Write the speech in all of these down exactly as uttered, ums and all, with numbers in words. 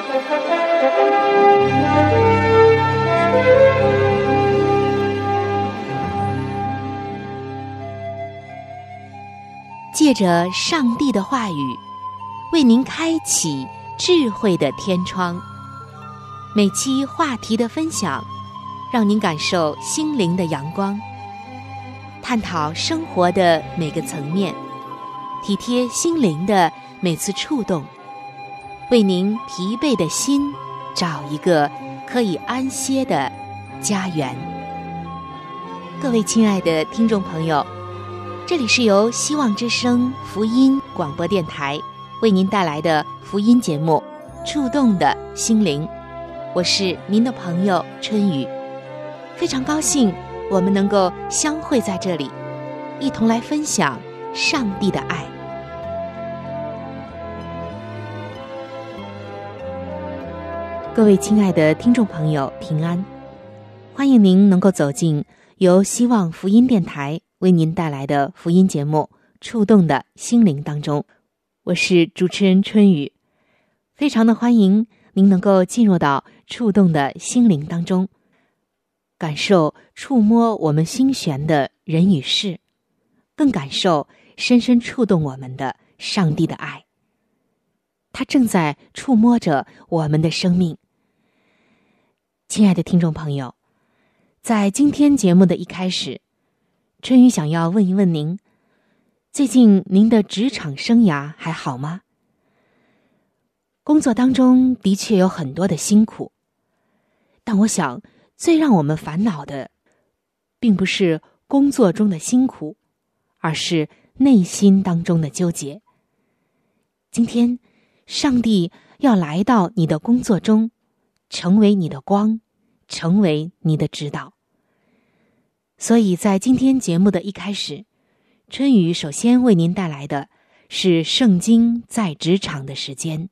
借着上帝的话语，为您开启智慧的天窗。每期话题的分享，让您感受心灵的阳光，探讨生活的每个层面，体贴心灵的每次触动，为您疲惫的心找一个可以安歇的家园。各位亲爱的听众朋友，这里是由希望之声福音广播电台为您带来的福音节目《触动的心灵》，我是您的朋友春雨，非常高兴我们能够相会在这里，一同来分享上帝的爱。各位亲爱的听众朋友，平安！欢迎您能够走进由希望福音电台为您带来的福音节目《触动的心灵》当中，我是主持人春雨，非常的欢迎您能够进入到触动的心灵当中，感受触摸我们心弦的人与事，更感受深深触动我们的上帝的爱。他正在触摸着我们的生命。亲爱的听众朋友，在今天节目的一开始，春雨想要问一问您，最近您的职场生涯还好吗？工作当中的确有很多的辛苦，但我想最让我们烦恼的并不是工作中的辛苦，而是内心当中的纠结。今天上帝要来到你的工作中，成为你的光，成为你的指导。所以在今天节目的一开始，春雨首先为您带来的是圣经在职场的时间。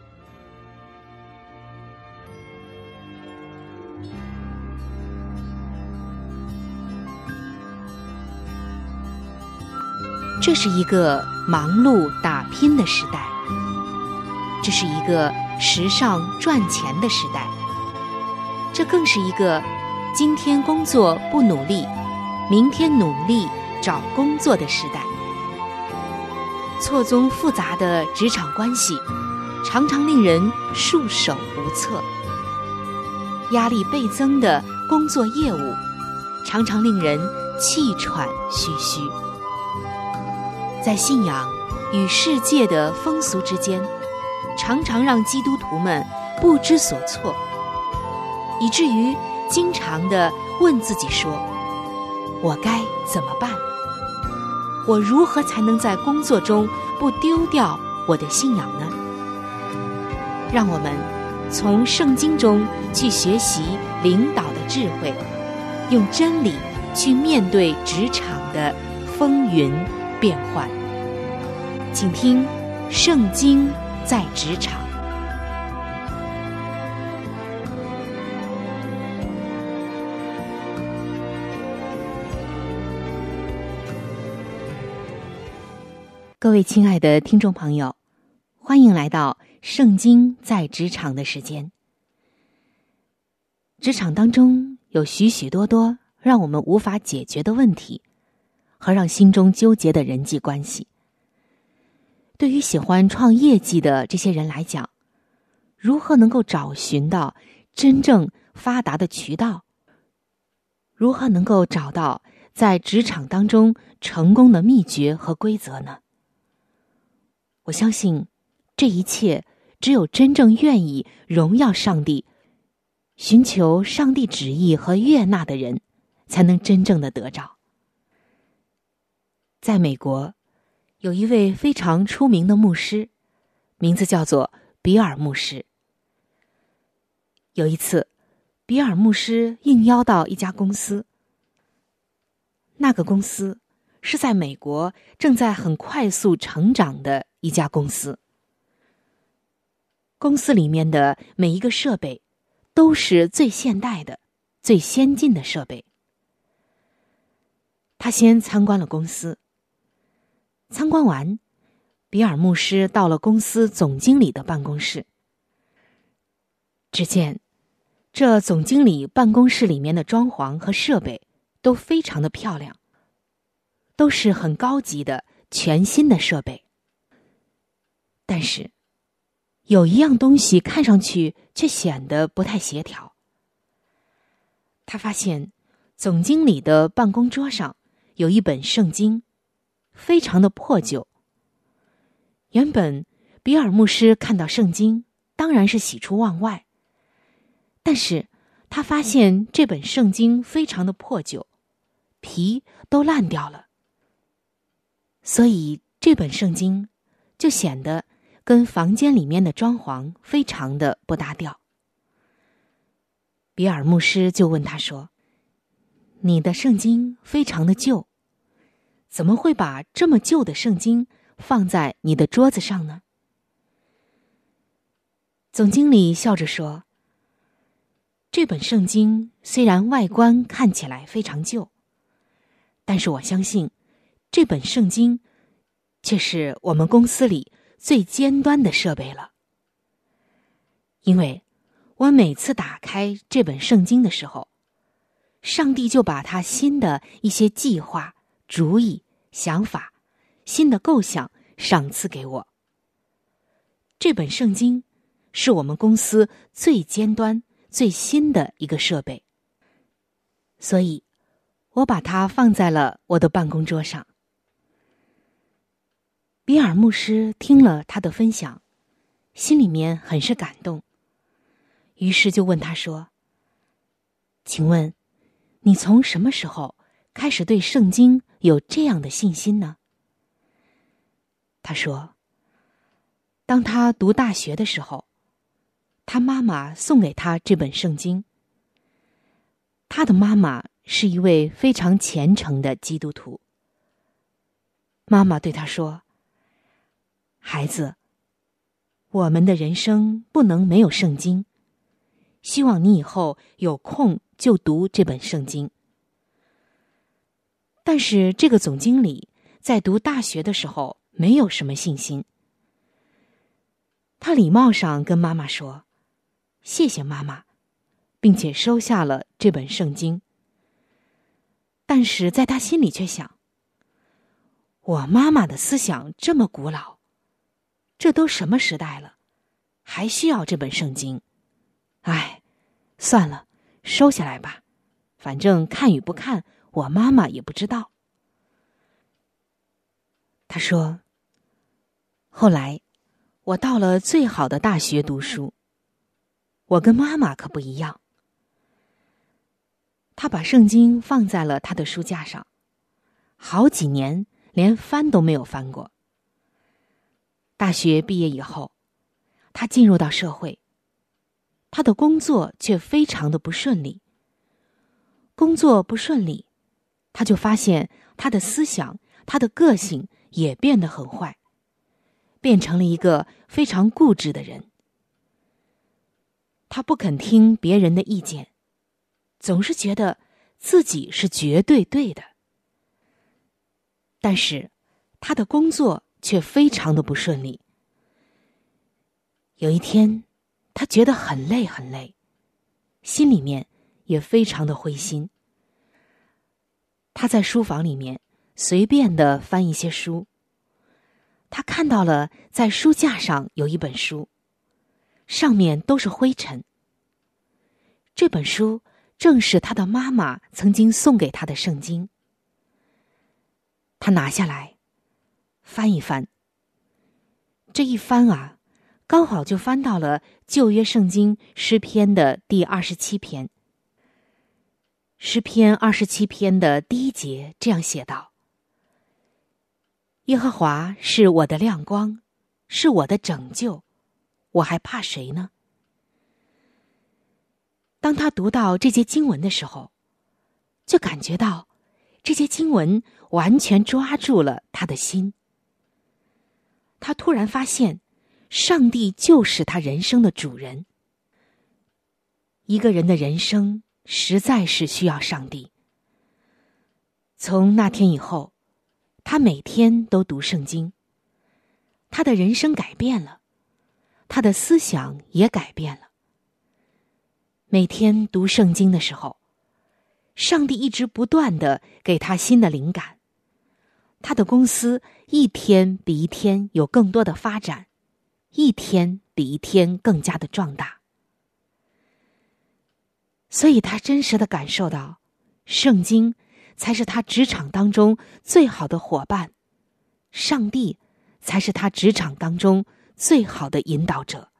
这是一个忙碌打拼的时代，这是一个时尚赚钱的时代，这更是一个今天工作不努力，明天努力找工作的时代。错综复杂的职场关系常常令人束手无策，压力倍增的工作业务常常令人气喘吁吁。在信仰与世界的风俗之间，常常让基督徒们不知所措，以至于经常地问自己说，我该怎么办？我如何才能在工作中不丢掉我的信仰呢？让我们从圣经中去学习领导的智慧，用真理去面对职场的风云变幻。请听圣经在职场。各位亲爱的听众朋友，欢迎来到圣经在职场的时间。职场当中有许许多多让我们无法解决的问题和让心中纠结的人际关系。对于喜欢创业绩的这些人来讲，如何能够找寻到真正发达的渠道？如何能够找到在职场当中成功的秘诀和规则呢？我相信这一切只有真正愿意荣耀上帝，寻求上帝旨意和悦纳的人，才能真正的得着。在美国，有一位非常出名的牧师，名字叫做比尔牧师。有一次，比尔牧师应邀到一家公司，那个公司是在美国正在很快速成长的一家公司。公司里面的每一个设备都是最现代的、最先进的设备。他先参观了公司，参观完，比尔牧师到了公司总经理的办公室。 只见这总经理办公室里面的装潢和设备都非常的漂亮，都是很高级的全新的设备。但是有一样东西看上去却显得不太协调。他发现总经理的办公桌上有一本圣经，非常的破旧。原本比尔牧师看到圣经当然是喜出望外，但是他发现这本圣经非常的破旧，皮都烂掉了，所以这本圣经就显得跟房间里面的装潢非常的不搭调。比尔牧师就问他说：你的圣经非常的旧，怎么会把这么旧的圣经放在你的桌子上呢？总经理笑着说：这本圣经虽然外观看起来非常旧，但是我相信这本圣经却是我们公司里最尖端的设备了。因为我每次打开这本圣经的时候，上帝就把他新的一些计划、主意、想法、新的构想赏赐给我。这本圣经是我们公司最尖端、最新的一个设备，所以我把它放在了我的办公桌上。比尔牧师听了他的分享，心里面很是感动，于是就问他说：请问你从什么时候开始对圣经有这样的信心呢？他说，当他读大学的时候，他妈妈送给他这本圣经。他的妈妈是一位非常虔诚的基督徒。妈妈对他说：孩子，我们的人生不能没有圣经，希望你以后有空就读这本圣经。但是这个总经理在读大学的时候没有什么信心。他礼貌上跟妈妈说：谢谢妈妈，并且收下了这本圣经。但是在他心里却想，我妈妈的思想这么古老，这都什么时代了，还需要这本圣经？哎，算了，收下来吧，反正看与不看，我妈妈也不知道。他说，后来我到了最好的大学读书，我跟妈妈可不一样。他把圣经放在了他的书架上，好几年连翻都没有翻过。大学毕业以后，他进入到社会，他的工作却非常的不顺利。工作不顺利，他就发现他的思想、他的个性也变得很坏，变成了一个非常固执的人。他不肯听别人的意见，总是觉得自己是绝对对的。但是他的工作却非常的不顺利。有一天，他觉得很累很累，心里面也非常的灰心。他在书房里面随便的翻一些书，他看到了在书架上有一本书，上面都是灰尘。这本书正是他的妈妈曾经送给他的圣经。他拿下来翻一翻，这一翻啊，刚好就翻到了旧约圣经诗篇的第二十七篇。诗篇二十七篇的第一节这样写道：耶和华是我的亮光，是我的拯救，我还怕谁呢？当他读到这节经文的时候，就感觉到这些经文完全抓住了他的心。他突然发现，上帝就是他人生的主人。一个人的人生实在是需要上帝。从那天以后，他每天都读圣经，他的人生改变了，他的思想也改变了。 每天读圣经的时候，上帝一直不断地给他新的灵感，他的公司一天比一天有更多的发展，一天比一天更加的壮大。所以他真实地感受到，圣经才是他职场当中最好的伙伴，上帝才是他职场当中最好的引导者。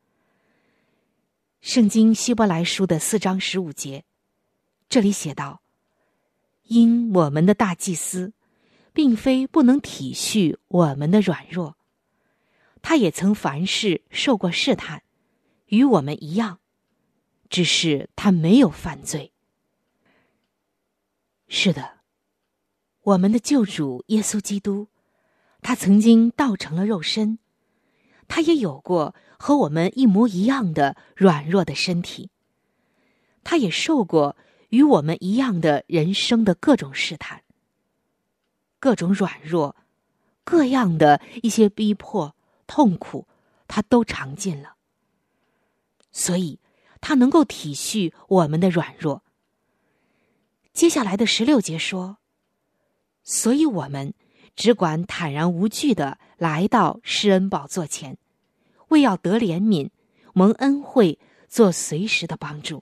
圣经希伯来书的四章十五节，这里写道：因我们的大祭司并非不能体恤我们的软弱，他也曾凡事受过试探，与我们一样，只是他没有犯罪。是的，我们的救主耶稣基督，他曾经道成了肉身，他也有过和我们一模一样的软弱的身体，他也受过与我们一样的人生的各种试探，各种软弱，各样的一些逼迫、痛苦，他都尝尽了。所以他能够体恤我们的软弱。接下来的十六节说，所以我们只管坦然无惧地来到施恩宝座前，为要得怜悯，蒙恩惠，做随时的帮助。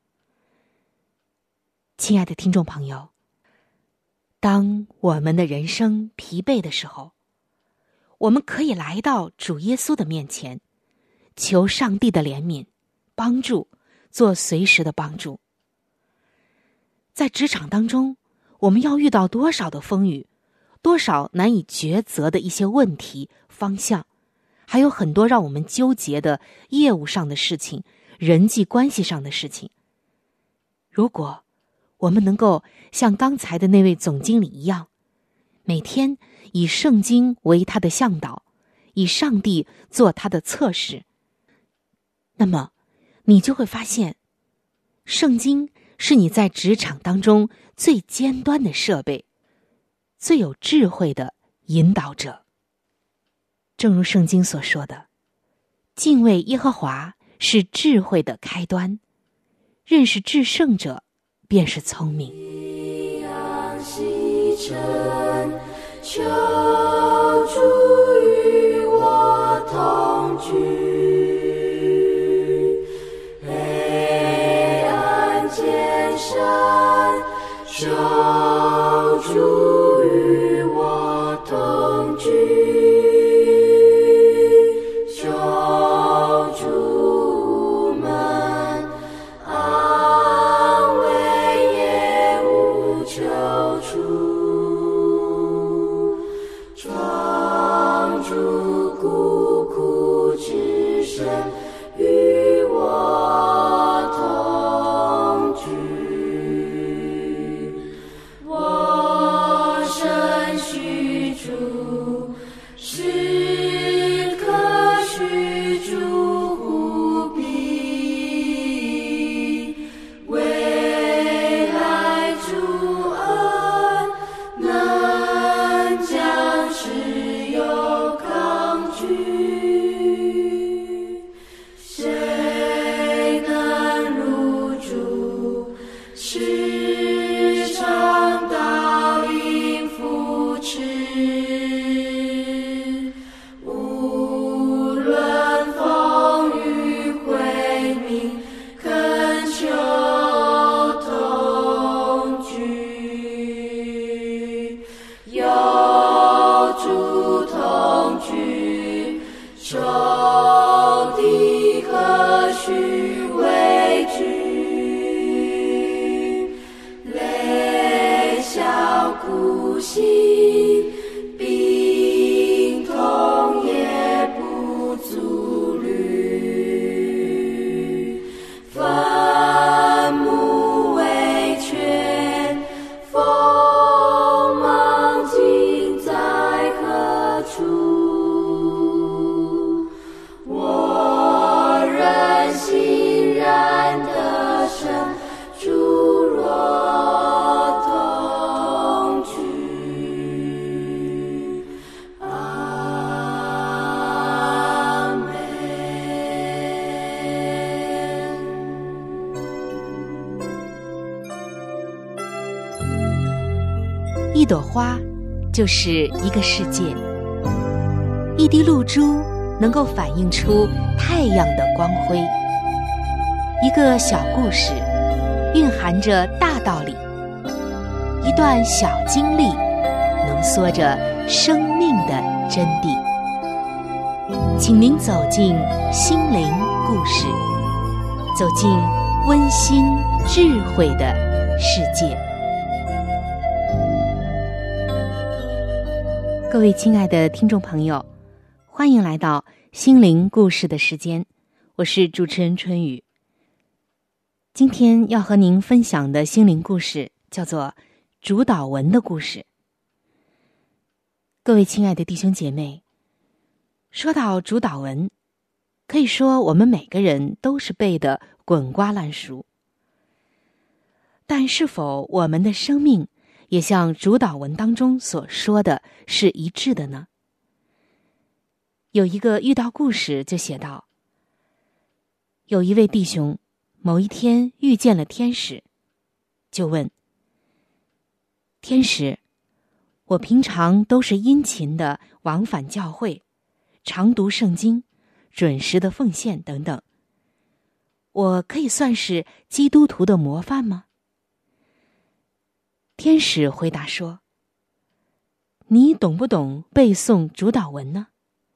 亲爱的听众朋友，当我们的人生疲惫的时候，我们可以来到主耶稣的面前，求上帝的怜悯、帮助，做随时的帮助。在职场当中，我们要遇到多少的风雨，多少难以抉择的一些问题、方向，还有很多让我们纠结的业务上的事情、人际关系上的事情。如果我们能够像刚才的那位总经理一样，每天以圣经为他的向导，以上帝做他的测试，那么你就会发现，圣经是你在职场当中最尖端的设备，最有智慧的引导者。正如圣经所说的，敬畏耶和华是智慧的开端，认识至圣者便是聪明。 夕阳西沉，求主与我同居，黑暗渐深，求主与我同居，求主们安慰也无求处，庄主孤苦之身与我同居，我身虚主，时刻虚主护庇，未来主恩能将持有抗拒。 一朵花就是一个世界，一滴露珠能够反映出太阳的光辉。一个小故事蕴含着大道理，一段小经历浓缩着生命的真谛。请您走进心灵故事，走进温馨智慧的世界。各位亲爱的听众朋友，欢迎来到心灵故事的时间，我是主持人春雨。今天要和您分享的心灵故事叫做主导文的故事。各位亲爱的弟兄姐妹，说到主导文，可以说我们每个人都是背得滚瓜烂熟。但是否我们的生命也像主导文当中所说的是一致的呢？有一个遇到故事就写道，有一位弟兄某一天遇见了天使，就问天使，我平常都是殷勤的往返教会，常读圣经，准时的奉献等等，我可以算是基督徒的模范吗？天使回答说，你懂不懂背诵主导文呢？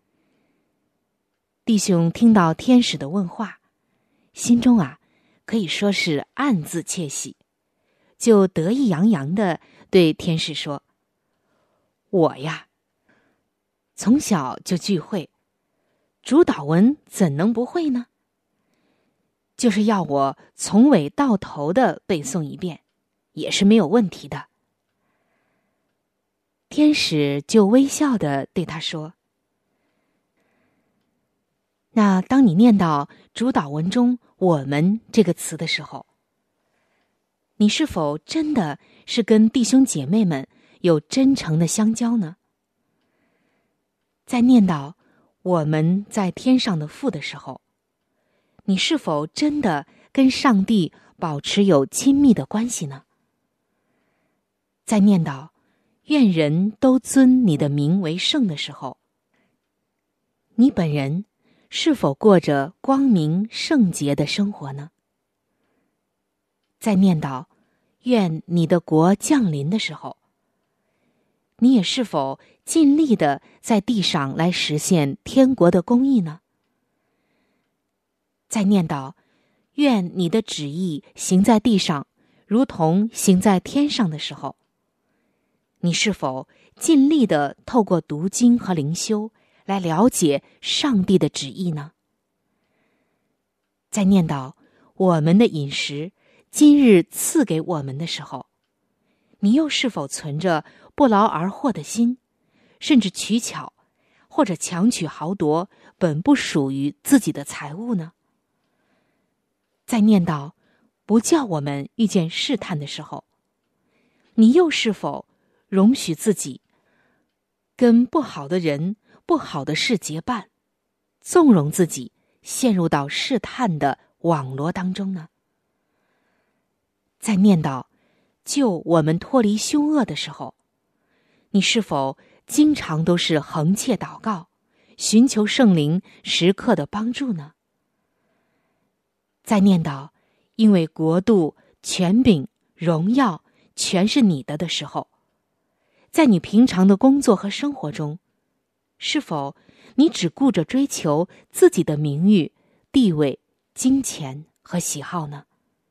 弟兄听到天使的问话，心中啊可以说是暗自窃喜，就得意洋洋地对天使说，我呀从小就聚会，主导文怎能不会呢？就是要我从尾到头的背诵一遍，也是没有问题的。天使就微笑地对他说，那当你念到主导文中我们这个词的时候，你是否真的是跟弟兄姐妹们有真诚的相交呢？在念到我们在天上的父的时候，你是否真的跟上帝保持有亲密的关系呢？在念到愿人都尊你的名为圣的时候，你本人是否过着光明圣洁的生活呢？在念到愿你的国降临的时候，你也是否尽力的在地上来实现天国的公义呢？在念到愿你的旨意行在地上如同行在天上的时候，你是否尽力的透过读经和灵修来了解上帝的旨意呢？在念到我们的饮食今日赐给我们的时候，你又是否存着不劳而获的心，甚至取巧或者强取豪夺本不属于自己的财物呢？在念到不叫我们遇见试探的时候，你又是否容许自己跟不好的人、不好的事结伴，纵容自己陷入到试探的网罗当中呢？在念到救我们脱离凶恶的时候，你是否经常都是横切祷告，寻求圣灵时刻的帮助呢？在念到因为国度、权柄、荣耀全是你的的时候，在你平常的工作和生活中，是否你只顾着追求自己的名誉、地位、金钱和喜好呢？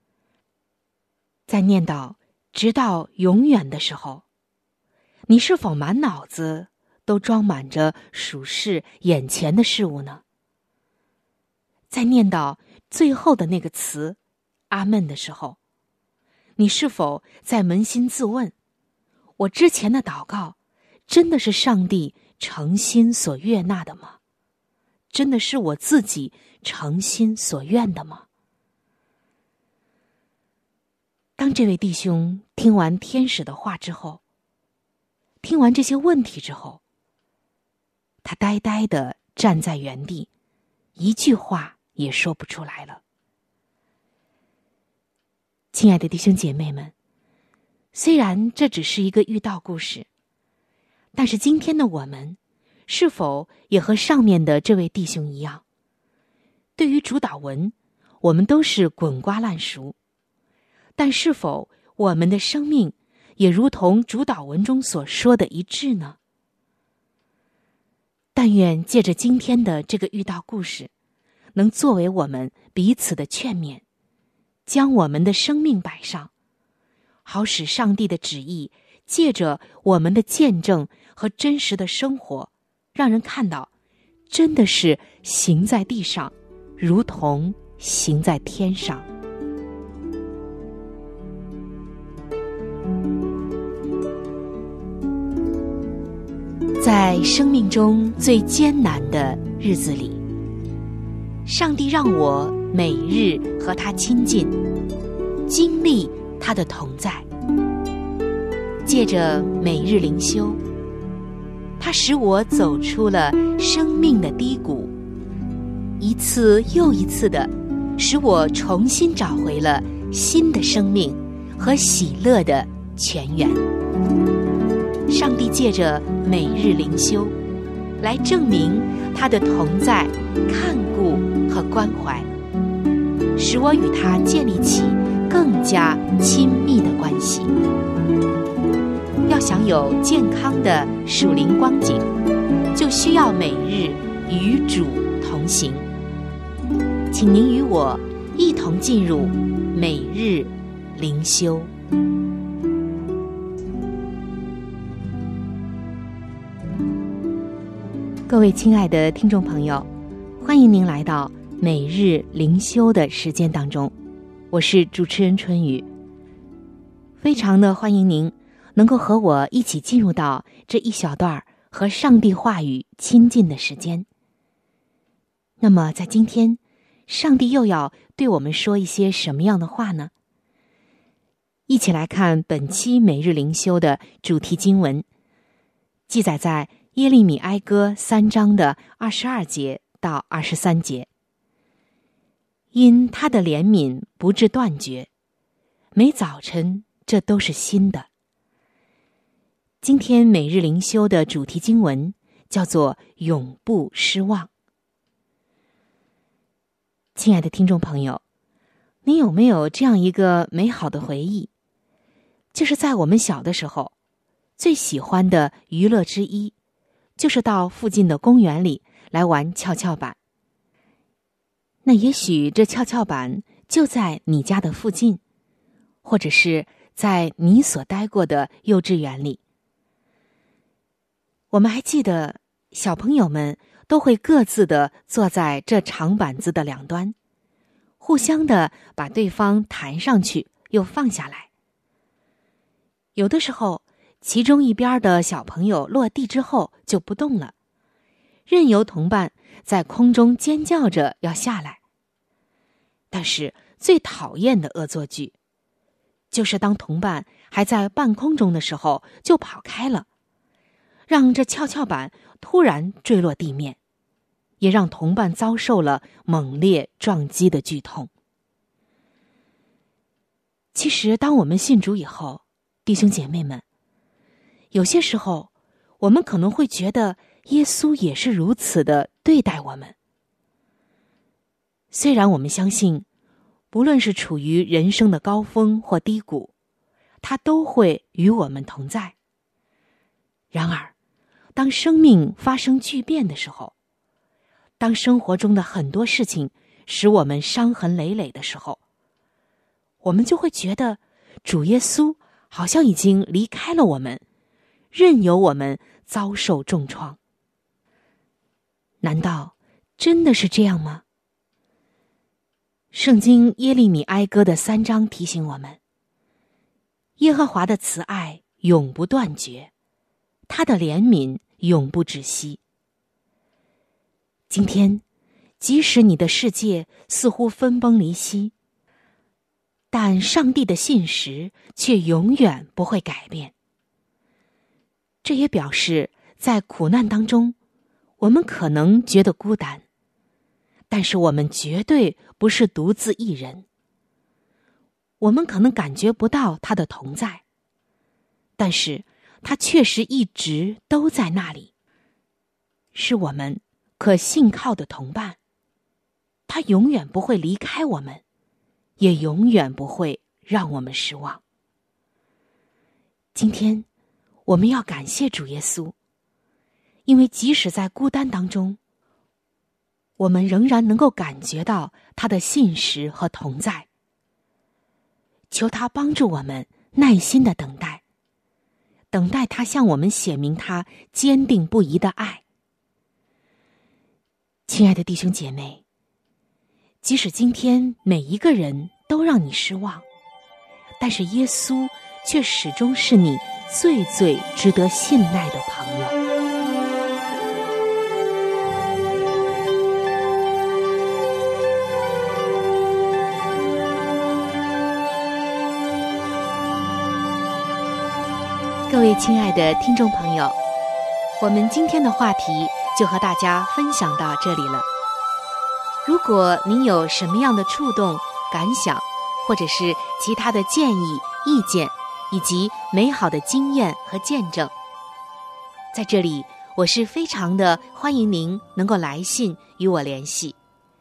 在念到直到永远的时候，你是否满脑子都装满着属世眼前的事物呢？在念到最后的那个词阿们的时候，你是否在扪心自问，我之前的祷告真的是上帝诚心所悦纳的吗？真的是我自己诚心所愿的吗？当这位弟兄听完天使的话之后，听完这些问题之后，他呆呆地站在原地，一句话也说不出来了。亲爱的弟兄姐妹们， 虽然这只是一个寓道故事，但是今天的我们是否也和上面的这位弟兄一样，对于主祷文我们都是滚瓜烂熟，但是否我们的生命也如同主祷文中所说的一致呢？但愿借着今天的这个寓道故事，能作为我们彼此的劝勉，将我们的生命摆上，好使上帝的旨意借着我们的见证和真实的生活，让人看到真的是行在地上，如同行在天上。在生命中最艰难的日子里，上帝让我每日和他亲近，经历他的同在。借着每日灵修，他使我走出了生命的低谷，一次又一次的使我重新找回了新的生命和喜乐的泉源。上帝借着每日灵修来证明他的同在、看顾和关怀，使我与他建立起更加亲密的关系。要想有健康的属灵光景，就需要每日与主同行。请您与我一同进入每日灵修。各位亲爱的听众朋友，欢迎您来到每日灵修的时间当中，我是主持人春雨。非常的欢迎您能够和我一起进入到这一小段和上帝话语亲近的时间。那么在今天，上帝又要对我们说一些什么样的话呢？一起来看本期每日灵修的主题经文，记载在耶利米哀歌三章的二十二节到二十三节。因他的怜悯不致断绝，每早晨这都是新的。今天每日灵修的主题经文叫做永不失望。亲爱的听众朋友，你有没有这样一个美好的回忆，就是在我们小的时候，最喜欢的娱乐之一就是到附近的公园里来玩跷跷板。那也许这跷跷板就在你家的附近，或者是在你所待过的幼稚园里。我们还记得小朋友们都会各自的坐在这长板子的两端，互相的把对方弹上去又放下来。有的时候其中一边的小朋友落地之后就不动了，任由同伴在空中尖叫着要下来。但是最讨厌的恶作剧，就是当同伴还在半空中的时候就跑开了，让这跷跷板突然坠落地面，也让同伴遭受了猛烈撞击的剧痛。其实当我们信主以后，弟兄姐妹们，有些时候我们可能会觉得耶稣也是如此的对待我们。虽然我们相信不论是处于人生的高峰或低谷，他都会与我们同在。然而当生命发生巨变的时候，当生活中的很多事情使我们伤痕累累的时候，我们就会觉得主耶稣好像已经离开了我们，任由我们遭受重创。难道真的是这样吗？圣经耶利米哀歌的三章提醒我们，耶和华的慈爱永不断绝，他的怜悯永不止息。今天即使你的世界似乎分崩离析，但上帝的信实却永远不会改变。这也表示在苦难当中，我们可能觉得孤单，但是我们绝对不是独自一人。我们可能感觉不到他的同在， 但是他确实一直都在那里，是我们可信靠的同伴。他永远不会离开我们，也永远不会让我们失望。今天我们要感谢主耶稣，因为即使在孤单当中，我们仍然能够感觉到他的信实和同在。求他帮助我们耐心的等待，等待他向我们显明他坚定不移的爱。亲爱的弟兄姐妹，即使今天每一个人都让你失望，但是耶稣却始终是你最最值得信赖的朋友。各位亲爱的听众朋友，我们今天的话题就和大家分享到这里了。如果您有什么样的触动、感想，或者是其他的建议、意见，以及美好的经验和见证，在这里我是非常的欢迎您能够来信与我联系。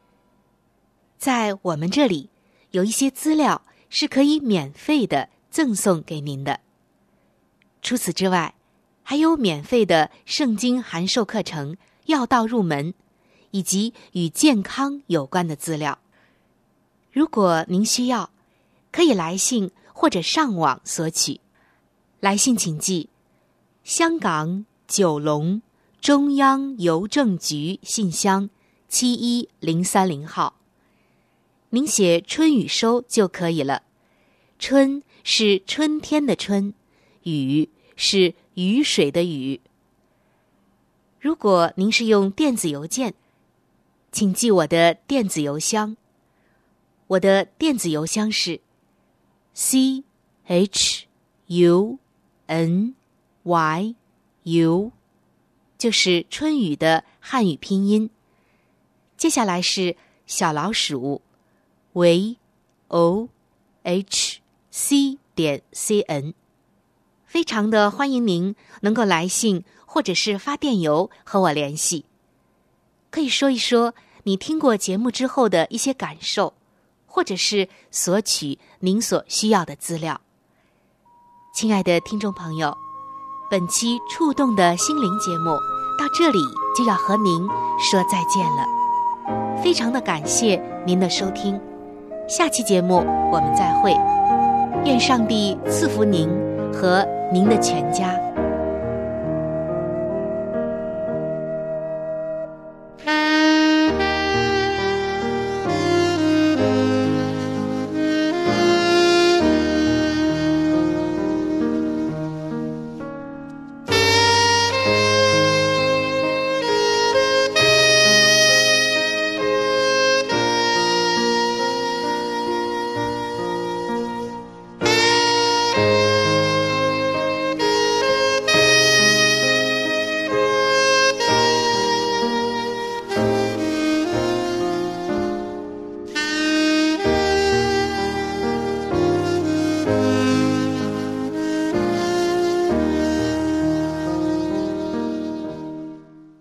在我们这里有一些资料是可以免费的赠送给您的。除此之外，还有免费的圣经函授课程要道入门，以及与健康有关的资料。如果您需要，可以来信或者上网索取。来信请寄香港九龙中央邮政局信箱七一零三零号，您写春雨收就可以了。春是春天的春，雨是雨水的雨。如果您是用电子邮件，请记我的电子邮箱。我的电子邮箱是 c h u n y u， 就是春雨的汉语拼音。接下来是小老鼠 v o h c 点 c n。非常的欢迎您能够来信或者是发电邮和我联系，可以说一说你听过节目之后的一些感受，或者是索取您所需要的资料。亲爱的听众朋友，本期触动的心灵节目到这里就要和您说再见了，非常的感谢您的收听，下期节目我们再会，愿上帝赐福您和您的全家。